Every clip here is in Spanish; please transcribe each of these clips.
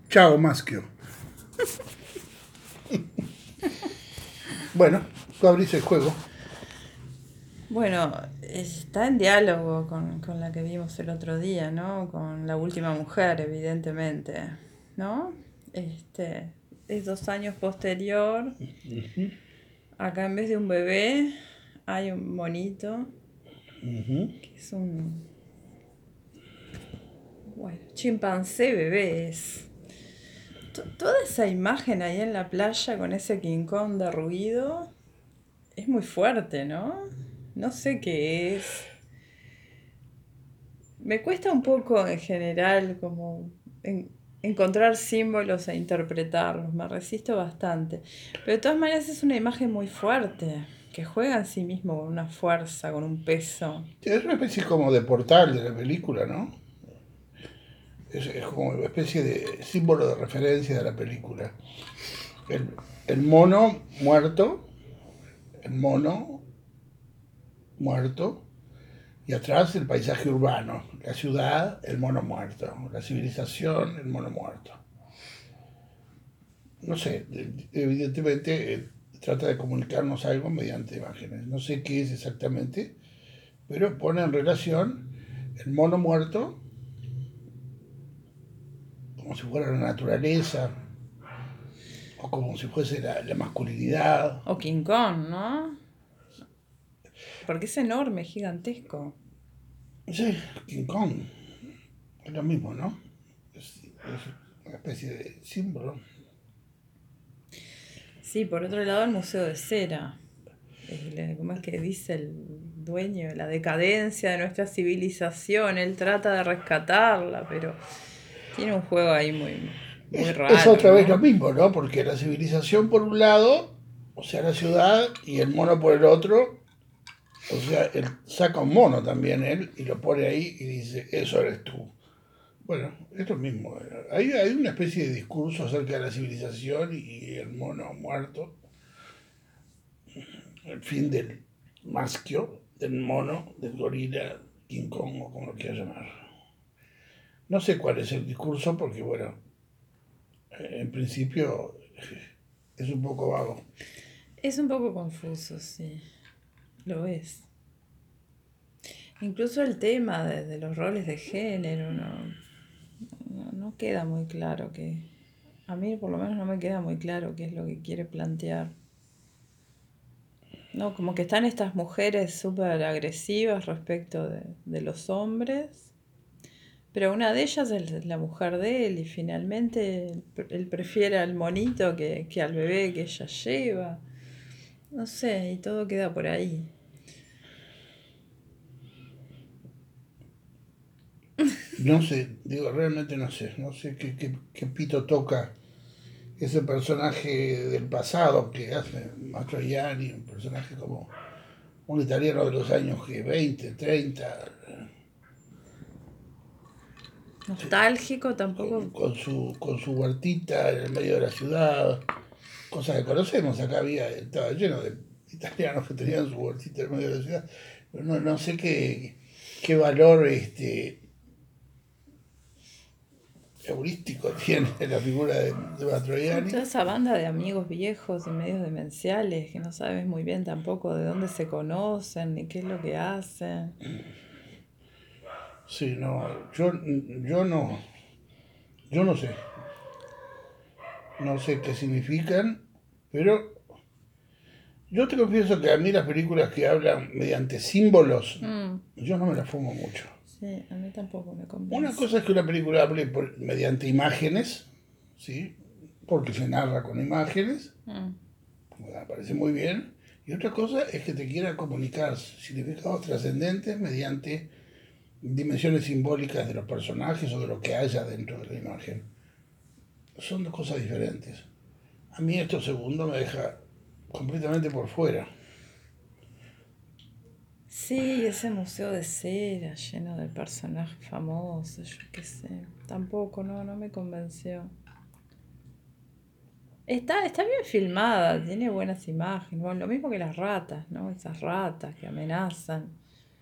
Chao, Maschio. Bueno, tú abrís el juego. Bueno, está en diálogo con la que vimos el otro día, ¿no? Con la última mujer, evidentemente, ¿no? Es 2 años posterior. Ujú, Acá en vez de un bebé hay un monito ujú. que es bueno, chimpancé bebé es. Toda esa imagen ahí en la playa con ese King Kong derruido es muy fuerte, ¿no? No sé qué es. Me cuesta un poco en general como encontrar símbolos e interpretarlos, me resisto bastante. Pero de todas maneras es una imagen muy fuerte, que juega en sí mismo con una fuerza, con un peso. Es una especie como de portal de la película, ¿no? Es como una especie de símbolo de referencia de la película. El, el mono muerto, el mono muerto, y atrás el paisaje urbano, la ciudad, el mono muerto, la civilización, el mono muerto. No sé, evidentemente trata de comunicarnos algo mediante imágenes. No sé qué es exactamente, pero pone en relación el mono muerto como si fuera la naturaleza o como si fuese la masculinidad. O King Kong, ¿no? Porque es enorme, gigantesco. Sí, King Kong, es lo mismo, ¿no? Es una especie de símbolo. Sí, por otro lado el Museo de Cera. ¿Cómo es que dice el dueño? La decadencia de nuestra civilización. Él trata de rescatarla, pero tiene un juego ahí muy, muy Es raro, otra vez lo ¿no? mismo, ¿no? Porque la civilización por un lado, o sea, la ciudad, y el mono por el otro, o sea, él saca un mono también él y lo pone ahí y dice, eso eres tú. Bueno, es lo mismo. Hay una especie de discurso acerca de la civilización y el mono muerto, el fin del masquio, del mono, del gorila, King Kong o como lo quieras llamar. No sé cuál es el discurso porque, bueno, en principio es un poco vago. Es un poco confuso, sí, lo es. Incluso el tema de los roles de género no queda muy claro que... A mí por lo menos no me queda muy claro qué es lo que quiere plantear. No, como que están estas mujeres súper agresivas respecto de los hombres, pero una de ellas es la mujer de él y finalmente él prefiere al monito que al bebé que ella lleva. No sé, y todo queda por ahí. No sé, digo, realmente no sé. No sé qué pito toca ese personaje del pasado que hace Mastroianni, un personaje como un italiano de los años que 20, 30, Nostálgico tampoco. con su huertita en el medio de la ciudad, cosas que conocemos. Acá estaba lleno de italianos que tenían su huertita en el medio de la ciudad, pero no sé qué valor heurístico tiene la figura de Sí, Mastroianni. toda esa banda de amigos viejos y medios demenciales que no sabes muy bien tampoco de dónde se conocen ni qué es lo que hacen. Sí, no, yo no sé, no sé qué significan, pero yo te confieso que a mí las películas que hablan mediante símbolos, Mm, yo no me las fumo mucho. sí, a mí tampoco me Una convence. cosa es que una película hable mediante imágenes, ¿sí? Porque se narra con imágenes, Mm. me parece muy bien. Y otra cosa es que te quiera comunicar significados trascendentes mediante dimensiones simbólicas de los personajes o de lo que haya dentro de la imagen. Son dos cosas diferentes. A mí esto segundo me deja completamente por fuera. Sí, ese museo de cera lleno de personajes famosos, yo qué sé. Tampoco, no me convenció. Está bien filmada, tiene buenas imágenes. Bueno, lo mismo que las ratas, ¿no? Esas ratas que amenazan.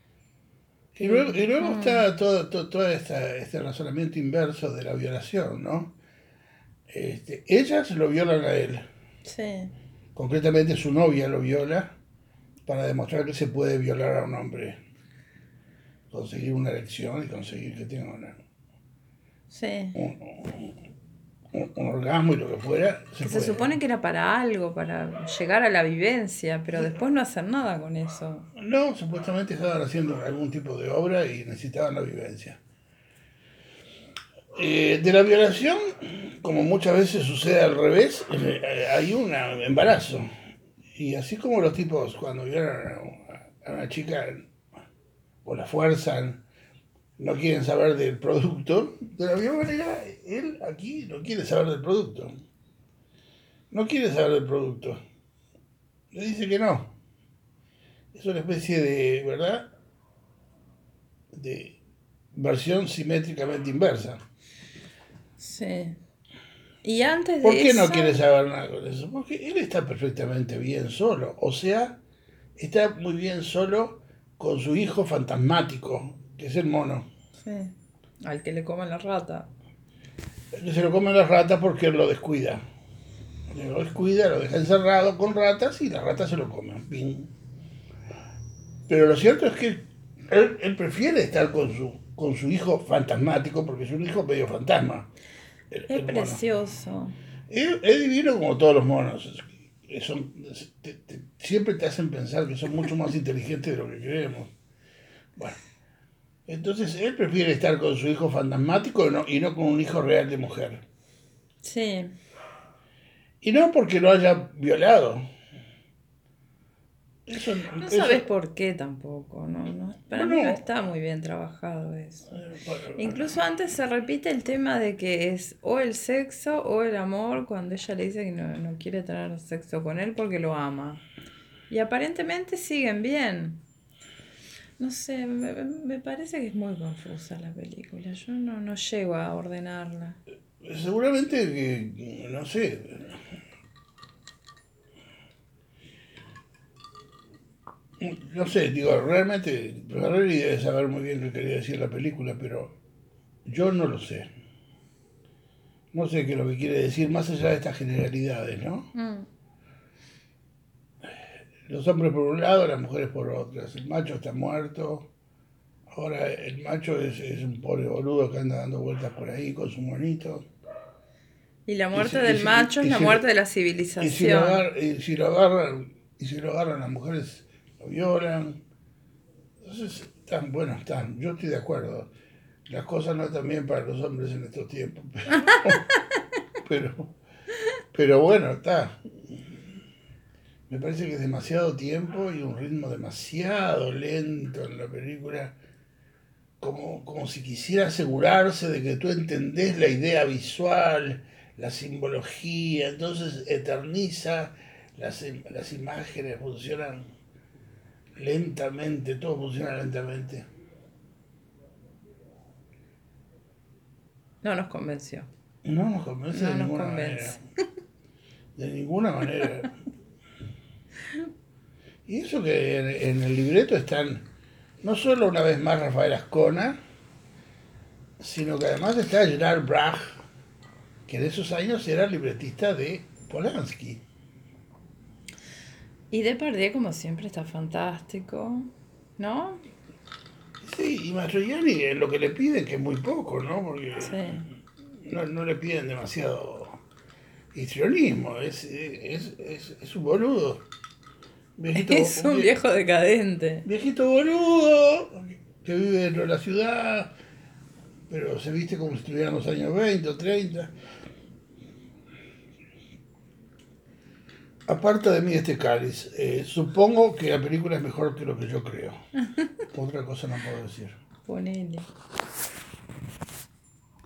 Y luego Mm, está todo este razonamiento inverso de la violación, ¿no? Ellas lo violan a él. Sí. Concretamente su novia lo viola para demostrar que se puede violar a un hombre. Conseguir una erección y conseguir que tenga Sí. un orgasmo y lo que fuera, se Que se puede. supone que era para algo, para llegar a la vivencia, pero después no hacer nada con eso. No, supuestamente estaban haciendo algún tipo de obra y necesitaban la vivencia. De la violación, como muchas veces sucede al revés, hay un embarazo. Y así como los tipos cuando violan a una chica o la fuerzan, no quieren saber del producto, de la misma manera él aquí no quiere saber del producto. No quiere saber del producto. Le dice que no. Es una especie de, ¿verdad? De versión simétricamente inversa. Sí. Y antes ¿Por de qué no eso, quiere saber nada con eso? Porque él está perfectamente bien solo. O sea, está muy bien solo con su hijo fantasmático, que es el mono. sí, al que le coman la rata. Que se lo comen las ratas porque él lo descuida. Lo descuida, lo deja encerrado con ratas y las ratas se lo comen. Ping. Pero lo cierto es que él prefiere estar con su hijo fantasmático porque es un hijo medio fantasma, Es el mono. precioso. Es divino como todos los monos. Son, siempre te hacen pensar que son mucho más inteligentes de lo que creemos. Bueno, entonces él prefiere estar con su hijo fantasmático y no con un hijo real de mujer. Sí. Y no porque lo haya violado. Eso, No sabes eso por qué tampoco, para mí no bueno, está muy bien trabajado eso. bueno, Incluso antes se repite el tema de que es o el sexo o el amor cuando ella le dice que no quiere tener sexo con él porque lo ama. Y aparentemente siguen bien. No sé, me parece que es muy confusa la película. Yo no llego a ordenarla. seguramente que, no sé, no sé, digo, realmente Ferreri debe saber muy bien qué quería decir la película, pero yo no lo sé. No sé qué es lo que quiere decir, más allá de estas generalidades, ¿no? Mm. Los hombres por un lado, las mujeres por otras. El macho está muerto. Ahora el macho es un pobre boludo que anda dando vueltas por ahí con su monito. Y la Y muerte si, y del si- macho es y la si lo, muerte de la y si lo civilización. agar- y si lo agarran las mujeres, lo violan. Entonces, están, bueno, están, yo estoy de acuerdo. Las cosas no están bien para los hombres en estos tiempos, pero, pero bueno, está. Me parece que es demasiado tiempo y un ritmo demasiado lento en la película, como si quisiera asegurarse de que tú entendés la idea visual, la simbología, entonces eterniza, las imágenes funcionan lentamente, todo funciona lentamente. No nos convenció. No nos convence No nos convence. de ninguna manera. Y eso que en el libreto están no solo una vez más Rafael Ascona, sino que además está Gerard Brach, que en esos años era libretista de Polanski. Y Depardieu, como siempre, está fantástico, ¿no? Sí, y Mastroianni lo que le piden, que es muy poco, ¿no? Porque Sí. no le piden demasiado histrionismo, es un boludo. Es un viejo decadente. Viejito boludo que vive dentro de la ciudad, pero se viste como si estuviera en los años 20 o 30. Aparta de mí este cáliz. Supongo que la película es mejor que lo que yo creo. Otra cosa no puedo decir. Ponele.